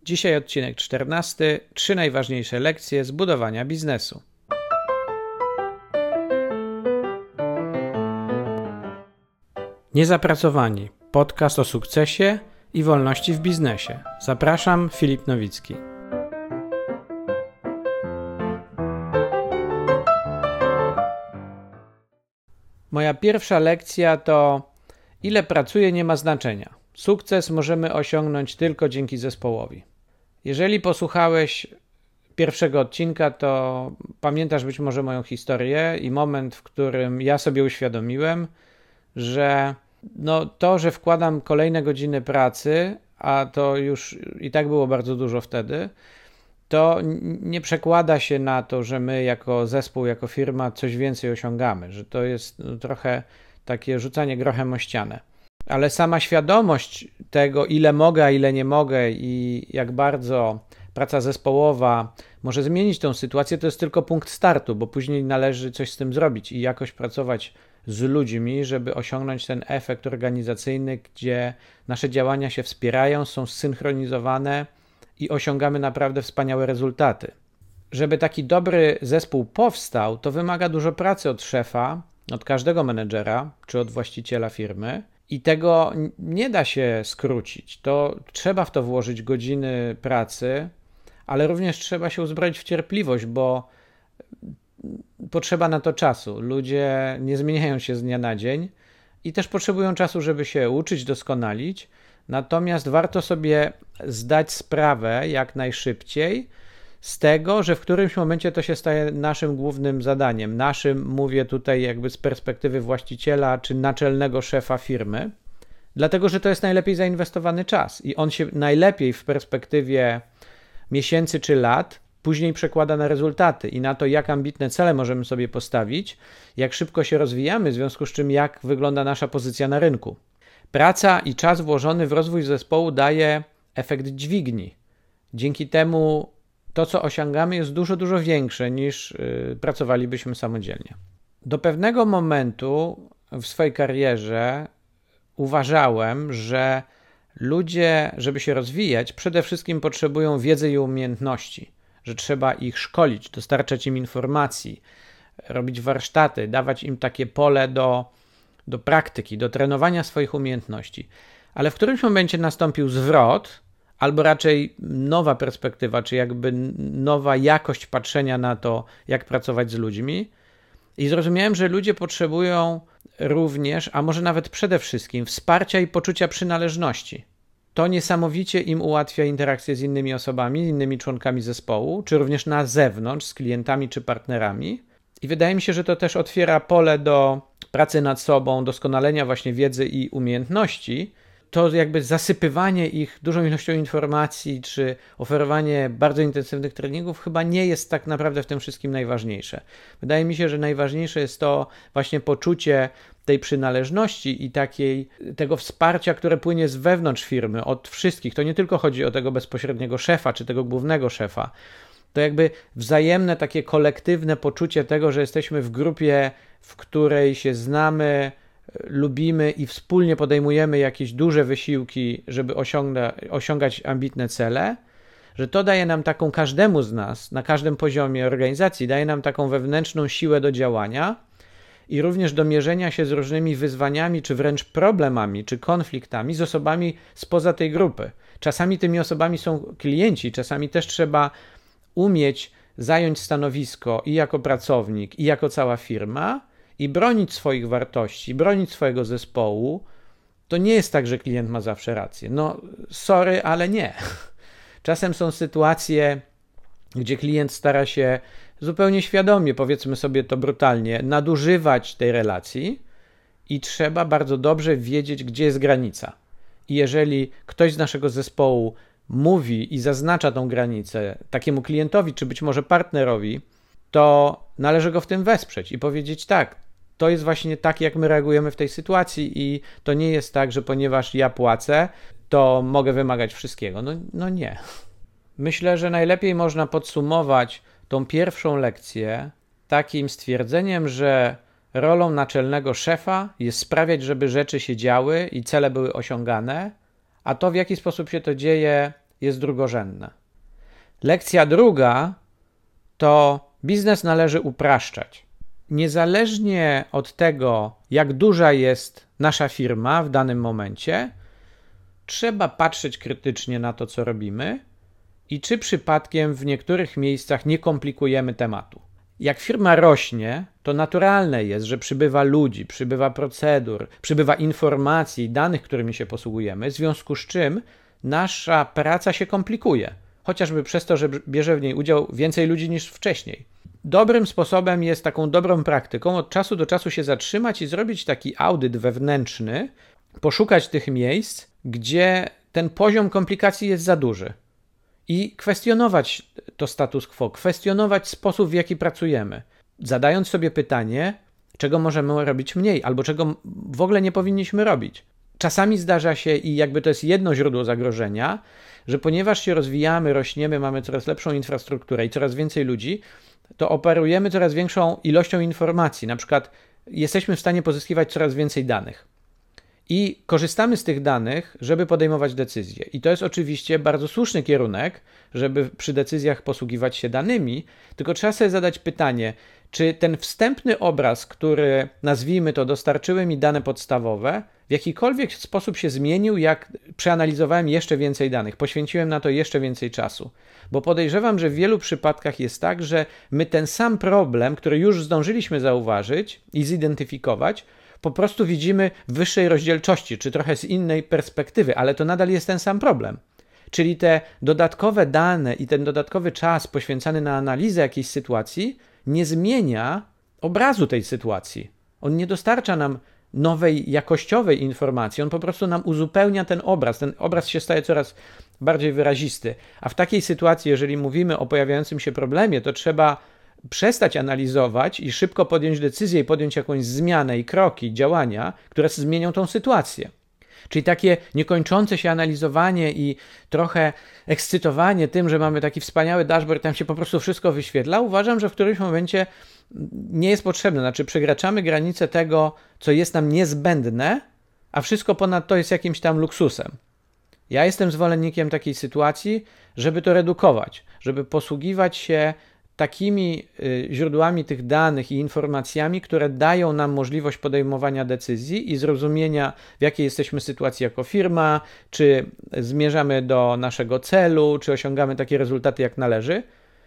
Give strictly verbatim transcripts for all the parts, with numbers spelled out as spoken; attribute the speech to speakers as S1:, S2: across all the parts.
S1: Dzisiaj odcinek czternasty. Trzy najważniejsze lekcje z budowania biznesu. Niezapracowani. Podcast o sukcesie i wolności w biznesie. Zapraszam, Filip Nowicki. Moja pierwsza lekcja to ile pracuję nie ma znaczenia. Sukces możemy osiągnąć tylko dzięki zespołowi. Jeżeli posłuchałeś pierwszego odcinka, to pamiętasz być może moją historię i moment, w którym ja sobie uświadomiłem, że no to, że wkładam kolejne godziny pracy, a to już i tak było bardzo dużo wtedy, to nie przekłada się na to, że my jako zespół, jako firma coś więcej osiągamy, że to jest no, trochę takie rzucanie grochem o ścianę. Ale sama świadomość tego, ile mogę, a ile nie mogę i jak bardzo praca zespołowa może zmienić tą sytuację, to jest tylko punkt startu, bo później należy coś z tym zrobić i jakoś pracować z ludźmi, żeby osiągnąć ten efekt organizacyjny, gdzie nasze działania się wspierają, są zsynchronizowane i osiągamy naprawdę wspaniałe rezultaty. Żeby taki dobry zespół powstał, to wymaga dużo pracy od szefa, od każdego menedżera czy od właściciela firmy i tego nie da się skrócić. To trzeba w to włożyć godziny pracy, ale również trzeba się uzbroić w cierpliwość, bo potrzeba na to czasu. Ludzie nie zmieniają się z dnia na dzień i też potrzebują czasu, żeby się uczyć, doskonalić. Natomiast warto sobie zdać sprawę jak najszybciej z tego, że w którymś momencie to się staje naszym głównym zadaniem. Naszym, mówię tutaj jakby z perspektywy właściciela czy naczelnego szefa firmy, dlatego że to jest najlepiej zainwestowany czas i on się najlepiej w perspektywie miesięcy czy lat później przekłada na rezultaty i na to, jak ambitne cele możemy sobie postawić, jak szybko się rozwijamy, w związku z czym jak wygląda nasza pozycja na rynku. Praca i czas włożony w rozwój zespołu daje efekt dźwigni. Dzięki temu to, co osiągamy, jest dużo, dużo większe niż yy, pracowalibyśmy samodzielnie. Do pewnego momentu w swojej karierze uważałem, że ludzie, żeby się rozwijać, przede wszystkim potrzebują wiedzy i umiejętności, że trzeba ich szkolić, dostarczać im informacji, robić warsztaty, dawać im takie pole do, do praktyki, do trenowania swoich umiejętności. Ale w którymś momencie nastąpił zwrot, albo raczej nowa perspektywa, czy jakby nowa jakość patrzenia na to, jak pracować z ludźmi. I zrozumiałem, że ludzie potrzebują również, a może nawet przede wszystkim, wsparcia i poczucia przynależności. To niesamowicie im ułatwia interakcję z innymi osobami, innymi członkami zespołu, czy również na zewnątrz, z klientami czy partnerami. I wydaje mi się, że to też otwiera pole do pracy nad sobą, doskonalenia właśnie wiedzy i umiejętności. To jakby zasypywanie ich dużą ilością informacji, czy oferowanie bardzo intensywnych treningów chyba nie jest tak naprawdę w tym wszystkim najważniejsze. Wydaje mi się, że najważniejsze jest to właśnie poczucie tej przynależności i takiej, tego wsparcia, które płynie z wewnątrz firmy, od wszystkich. To nie tylko chodzi o tego bezpośredniego szefa, czy tego głównego szefa. To jakby wzajemne takie kolektywne poczucie tego, że jesteśmy w grupie, w której się znamy, lubimy i wspólnie podejmujemy jakieś duże wysiłki, żeby osiąga, osiągać ambitne cele, że to daje nam taką każdemu z nas, na każdym poziomie organizacji, daje nam taką wewnętrzną siłę do działania i również do mierzenia się z różnymi wyzwaniami, czy wręcz problemami, czy konfliktami z osobami spoza tej grupy. Czasami tymi osobami są klienci, czasami też trzeba umieć zająć stanowisko i jako pracownik, i jako cała firma, i bronić swoich wartości, bronić swojego zespołu. To nie jest tak, że klient ma zawsze rację. No, sorry, ale nie. Czasem są sytuacje, gdzie klient stara się zupełnie świadomie, powiedzmy sobie to brutalnie, nadużywać tej relacji i trzeba bardzo dobrze wiedzieć, gdzie jest granica. I jeżeli ktoś z naszego zespołu mówi i zaznacza tą granicę takiemu klientowi, czy być może partnerowi, to należy go w tym wesprzeć i powiedzieć tak, to jest właśnie tak, jak my reagujemy w tej sytuacji i to nie jest tak, że ponieważ ja płacę, to mogę wymagać wszystkiego. No, no nie. Myślę, że najlepiej można podsumować tą pierwszą lekcję takim stwierdzeniem, że rolą naczelnego szefa jest sprawiać, żeby rzeczy się działy i cele były osiągane, a to, w jaki sposób się to dzieje, jest drugorzędne. Lekcja druga to biznes należy upraszczać. Niezależnie od tego, jak duża jest nasza firma w danym momencie, trzeba patrzeć krytycznie na to, co robimy i czy przypadkiem w niektórych miejscach nie komplikujemy tematu. Jak firma rośnie, to naturalne jest, że przybywa ludzi, przybywa procedur, przybywa informacji, danych, którymi się posługujemy, w związku z czym nasza praca się komplikuje, chociażby przez to, że bierze w niej udział więcej ludzi niż wcześniej. Dobrym sposobem jest, taką dobrą praktyką, od czasu do czasu się zatrzymać i zrobić taki audyt wewnętrzny, poszukać tych miejsc, gdzie ten poziom komplikacji jest za duży i kwestionować to status quo, kwestionować sposób, w jaki pracujemy, zadając sobie pytanie, czego możemy robić mniej albo czego w ogóle nie powinniśmy robić. Czasami zdarza się, i jakby to jest jedno źródło zagrożenia, że ponieważ się rozwijamy, rośniemy, mamy coraz lepszą infrastrukturę i coraz więcej ludzi, to operujemy coraz większą ilością informacji. Na przykład jesteśmy w stanie pozyskiwać coraz więcej danych. I korzystamy z tych danych, żeby podejmować decyzje. I to jest oczywiście bardzo słuszny kierunek, żeby przy decyzjach posługiwać się danymi, tylko trzeba sobie zadać pytanie, czy ten wstępny obraz, który, nazwijmy to, dostarczyły mi dane podstawowe, w jakikolwiek sposób się zmienił, jak przeanalizowałem jeszcze więcej danych, poświęciłem na to jeszcze więcej czasu. Bo podejrzewam, że w wielu przypadkach jest tak, że my ten sam problem, który już zdążyliśmy zauważyć i zidentyfikować, po prostu widzimy w wyższej rozdzielczości, czy trochę z innej perspektywy, ale to nadal jest ten sam problem. Czyli te dodatkowe dane i ten dodatkowy czas poświęcany na analizę jakiejś sytuacji nie zmienia obrazu tej sytuacji. On nie dostarcza nam nowej, jakościowej informacji, on po prostu nam uzupełnia ten obraz. Ten obraz się staje coraz bardziej wyrazisty. A w takiej sytuacji, jeżeli mówimy o pojawiającym się problemie, to trzeba przestać analizować i szybko podjąć decyzję i podjąć jakąś zmianę i kroki, działania, które zmienią tą sytuację. Czyli takie niekończące się analizowanie i trochę ekscytowanie tym, że mamy taki wspaniały dashboard, tam się po prostu wszystko wyświetla, uważam, że w którymś momencie nie jest potrzebne. Znaczy przekraczamy granicę tego, co jest nam niezbędne, a wszystko ponad to jest jakimś tam luksusem. Ja jestem zwolennikiem takiej sytuacji, żeby to redukować, żeby posługiwać się takimi źródłami tych danych i informacjami, które dają nam możliwość podejmowania decyzji i zrozumienia, w jakiej jesteśmy sytuacji jako firma, czy zmierzamy do naszego celu, czy osiągamy takie rezultaty jak należy,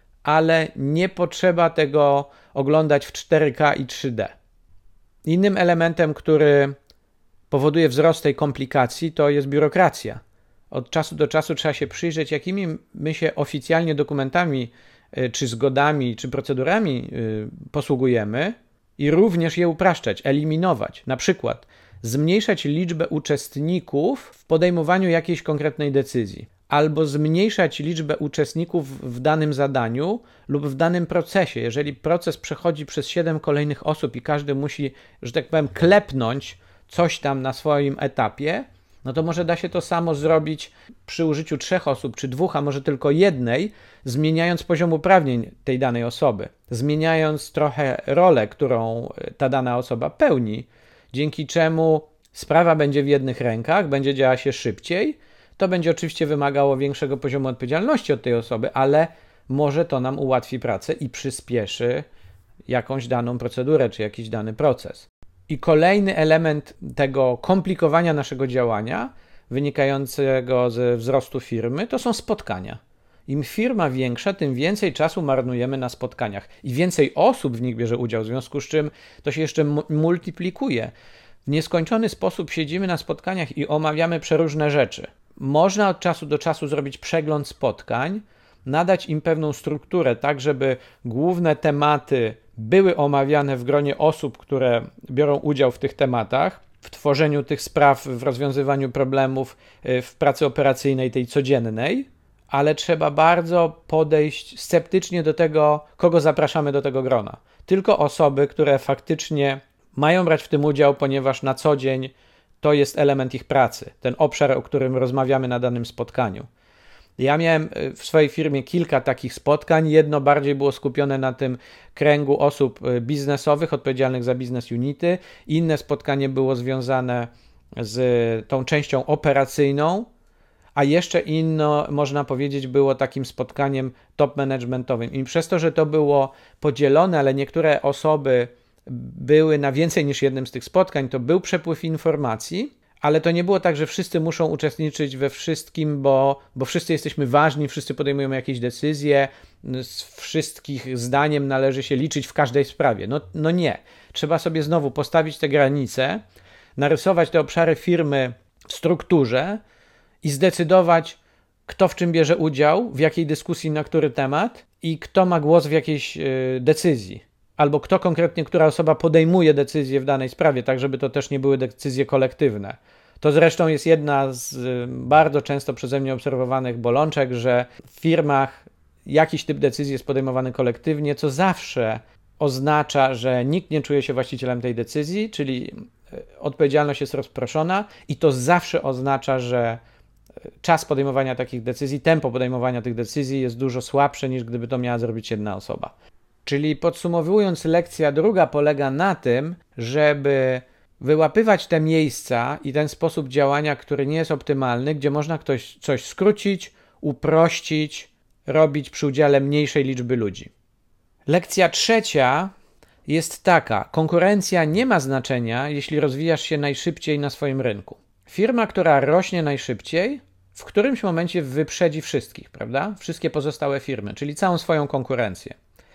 S1: ale nie potrzeba tego oglądać w cztery K i trzy D. Innym elementem, który powoduje wzrost tej komplikacji, to jest biurokracja. Od czasu do czasu trzeba się przyjrzeć, jakimi my się oficjalnie dokumentami czy zgodami, czy procedurami posługujemy i również je upraszczać, eliminować. Na przykład zmniejszać liczbę uczestników w podejmowaniu jakiejś konkretnej decyzji, albo zmniejszać liczbę uczestników w danym zadaniu lub w danym procesie. Jeżeli proces przechodzi przez siedem kolejnych osób i każdy musi, że tak powiem, klepnąć coś tam na swoim etapie, no to może da się to samo zrobić przy użyciu trzech osób, czy dwóch, a może tylko jednej, zmieniając poziom uprawnień tej danej osoby, zmieniając trochę rolę, którą ta dana osoba pełni, dzięki czemu sprawa będzie w jednych rękach, będzie działa się szybciej. To będzie oczywiście wymagało większego poziomu odpowiedzialności od tej osoby, ale może to nam ułatwi pracę i przyspieszy jakąś daną procedurę, czy jakiś dany proces. I kolejny element tego komplikowania naszego działania, wynikającego ze wzrostu firmy, to są spotkania. Im firma większa, tym więcej czasu marnujemy na spotkaniach i więcej osób w nich bierze udział, w związku z czym to się jeszcze multiplikuje. W nieskończony sposób siedzimy na spotkaniach i omawiamy przeróżne rzeczy. Można od czasu do czasu zrobić przegląd spotkań, nadać im pewną strukturę, tak żeby główne tematy były omawiane w gronie osób, które biorą udział w tych tematach, w tworzeniu tych spraw, w rozwiązywaniu problemów, w pracy operacyjnej, tej codziennej, ale trzeba bardzo podejść sceptycznie do tego, kogo zapraszamy do tego grona. Tylko osoby, które faktycznie mają brać w tym udział, ponieważ na co dzień to jest element ich pracy, ten obszar, o którym rozmawiamy na danym spotkaniu. Ja miałem w swojej firmie kilka takich spotkań. Jedno bardziej było skupione na tym kręgu osób biznesowych odpowiedzialnych za business unity. Inne spotkanie było związane z tą częścią operacyjną, a jeszcze inno, można powiedzieć, było takim spotkaniem top managementowym. I przez to, że to było podzielone, ale niektóre osoby były na więcej niż jednym z tych spotkań, to był przepływ informacji, ale to nie było tak, że wszyscy muszą uczestniczyć we wszystkim, bo, bo wszyscy jesteśmy ważni, wszyscy podejmują jakieś decyzje, z wszystkich zdaniem należy się liczyć w każdej sprawie. No, no nie. Trzeba sobie znowu postawić te granice, narysować te obszary firmy w strukturze i zdecydować, kto w czym bierze udział, w jakiej dyskusji, na który temat i kto ma głos w jakiejś yy, decyzji. Albo kto konkretnie, która osoba podejmuje decyzję w danej sprawie, tak żeby to też nie były decyzje kolektywne. To zresztą jest jedna z bardzo często przeze mnie obserwowanych bolączek, że w firmach jakiś typ decyzji jest podejmowany kolektywnie, co zawsze oznacza, że nikt nie czuje się właścicielem tej decyzji, czyli odpowiedzialność jest rozproszona i to zawsze oznacza, że czas podejmowania takich decyzji, tempo podejmowania tych decyzji jest dużo słabsze niż gdyby to miała zrobić jedna osoba. Czyli podsumowując, lekcja druga polega na tym, żeby wyłapywać te miejsca i ten sposób działania, który nie jest optymalny, gdzie można ktoś coś skrócić, uprościć, robić przy udziale mniejszej liczby ludzi. Lekcja trzecia jest taka: konkurencja nie ma znaczenia, jeśli rozwijasz się najszybciej na swoim rynku. Firma, która rośnie najszybciej, w którymś momencie wyprzedzi wszystkich, prawda? Wszystkie pozostałe firmy, czyli całą swoją konkurencję.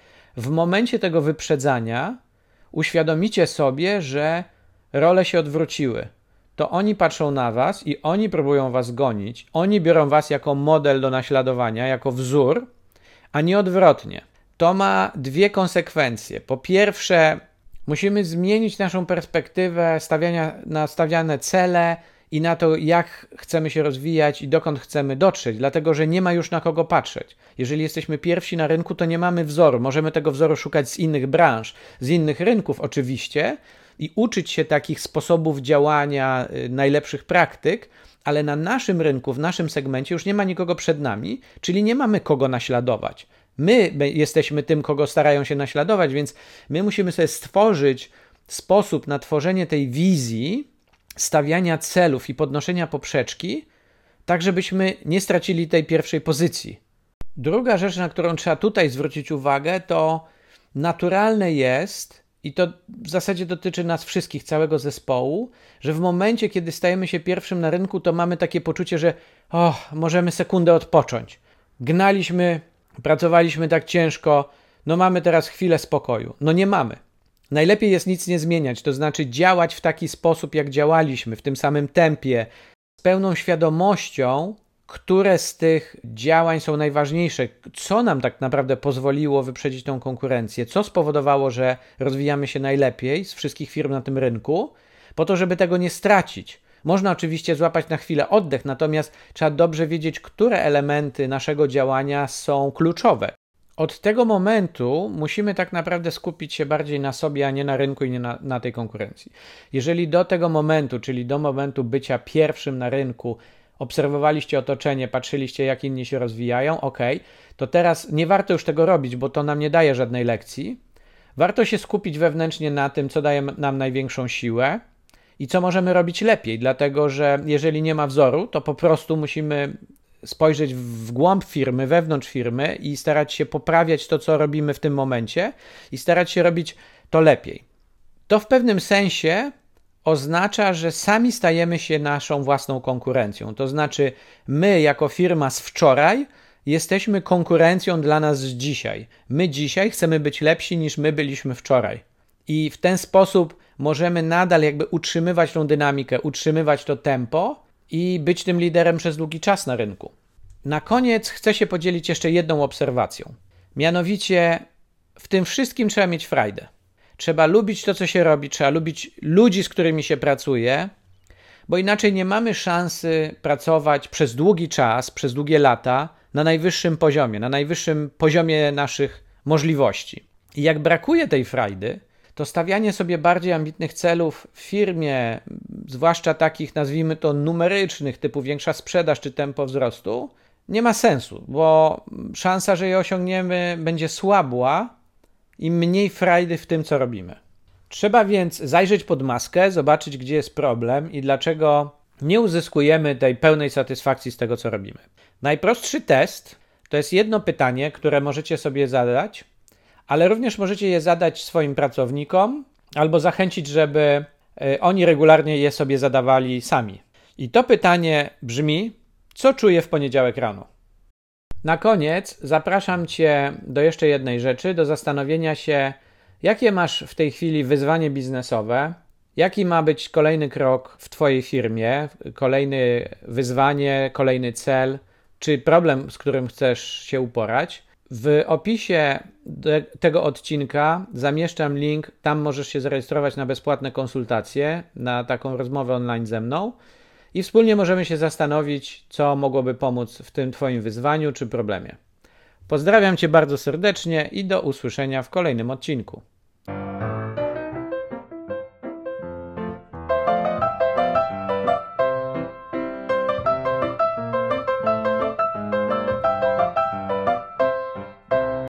S1: W momencie tego wyprzedzania uświadomicie sobie, że role się odwróciły. To oni patrzą na was i oni próbują was gonić. Oni biorą was jako model do naśladowania, jako wzór, a nie odwrotnie. To ma dwie konsekwencje. Po pierwsze, musimy zmienić naszą perspektywę stawiania na stawiane cele i na to, jak chcemy się rozwijać i dokąd chcemy dotrzeć, dlatego że nie ma już na kogo patrzeć. Jeżeli jesteśmy pierwsi na rynku, to nie mamy wzoru. Możemy tego wzoru szukać z innych branż, z innych rynków oczywiście i uczyć się takich sposobów działania, najlepszych praktyk, ale na naszym rynku, w naszym segmencie już nie ma nikogo przed nami, czyli nie mamy kogo naśladować. My jesteśmy tym, kogo starają się naśladować, więc my musimy sobie stworzyć sposób na tworzenie tej wizji, stawiania celów i podnoszenia poprzeczki, tak żebyśmy nie stracili tej pierwszej pozycji. Druga rzecz, na którą trzeba tutaj zwrócić uwagę, to naturalne jest, i to w zasadzie dotyczy nas wszystkich, całego zespołu, że w momencie, kiedy stajemy się pierwszym na rynku, to mamy takie poczucie, że oh, możemy sekundę odpocząć. Gnaliśmy, pracowaliśmy tak ciężko, no mamy teraz chwilę spokoju. No nie mamy. Najlepiej jest nic nie zmieniać, to znaczy działać w taki sposób, jak działaliśmy, w tym samym tempie, z pełną świadomością, które z tych działań są najważniejsze, co nam tak naprawdę pozwoliło wyprzedzić tą konkurencję, co spowodowało, że rozwijamy się najlepiej z wszystkich firm na tym rynku, po to, żeby tego nie stracić. Można oczywiście złapać na chwilę oddech, natomiast trzeba dobrze wiedzieć, które elementy naszego działania są kluczowe. Od tego momentu musimy tak naprawdę skupić się bardziej na sobie, a nie na rynku i nie na, na tej konkurencji. Jeżeli do tego momentu, czyli do momentu bycia pierwszym na rynku, obserwowaliście otoczenie, patrzyliście, jak inni się rozwijają, ok, to teraz nie warto już tego robić, bo to nam nie daje żadnej lekcji. Warto się skupić wewnętrznie na tym, co daje nam największą siłę i co możemy robić lepiej, dlatego że jeżeli nie ma wzoru, to po prostu musimy spojrzeć w głąb firmy, wewnątrz firmy i starać się poprawiać to, co robimy w tym momencie i starać się robić to lepiej. To w pewnym sensie oznacza, że sami stajemy się naszą własną konkurencją. To znaczy my jako firma z wczoraj jesteśmy konkurencją dla nas z dzisiaj. My dzisiaj chcemy być lepsi niż my byliśmy wczoraj. I w ten sposób możemy nadal jakby utrzymywać tą dynamikę, utrzymywać to tempo i być tym liderem przez długi czas na rynku. Na koniec chcę się podzielić jeszcze jedną obserwacją. Mianowicie w tym wszystkim trzeba mieć frajdę. Trzeba lubić to, co się robi, trzeba lubić ludzi, z którymi się pracuje, bo inaczej nie mamy szansy pracować przez długi czas, przez długie lata na najwyższym poziomie, na najwyższym poziomie naszych możliwości. I jak brakuje tej frajdy, to stawianie sobie bardziej ambitnych celów w firmie, zwłaszcza takich, nazwijmy to, numerycznych, typu większa sprzedaż czy tempo wzrostu, nie ma sensu, bo szansa, że je osiągniemy, będzie słabła i mniej frajdy w tym, co robimy. Trzeba więc zajrzeć pod maskę, zobaczyć, gdzie jest problem i dlaczego nie uzyskujemy tej pełnej satysfakcji z tego, co robimy. Najprostszy test to jest jedno pytanie, które możecie sobie zadać, ale również możecie je zadać swoim pracownikom albo zachęcić, żeby oni regularnie je sobie zadawali sami. I to pytanie brzmi: co czuję w poniedziałek rano? Na koniec zapraszam Cię do jeszcze jednej rzeczy, do zastanowienia się, jakie masz w tej chwili wyzwanie biznesowe, jaki ma być kolejny krok w Twojej firmie, kolejne wyzwanie, kolejny cel, czy problem, z którym chcesz się uporać. W opisie tego odcinka zamieszczam link, tam możesz się zarejestrować na bezpłatne konsultacje, na taką rozmowę online ze mną i wspólnie możemy się zastanowić, co mogłoby pomóc w tym Twoim wyzwaniu czy problemie. Pozdrawiam Cię bardzo serdecznie i do usłyszenia w kolejnym odcinku.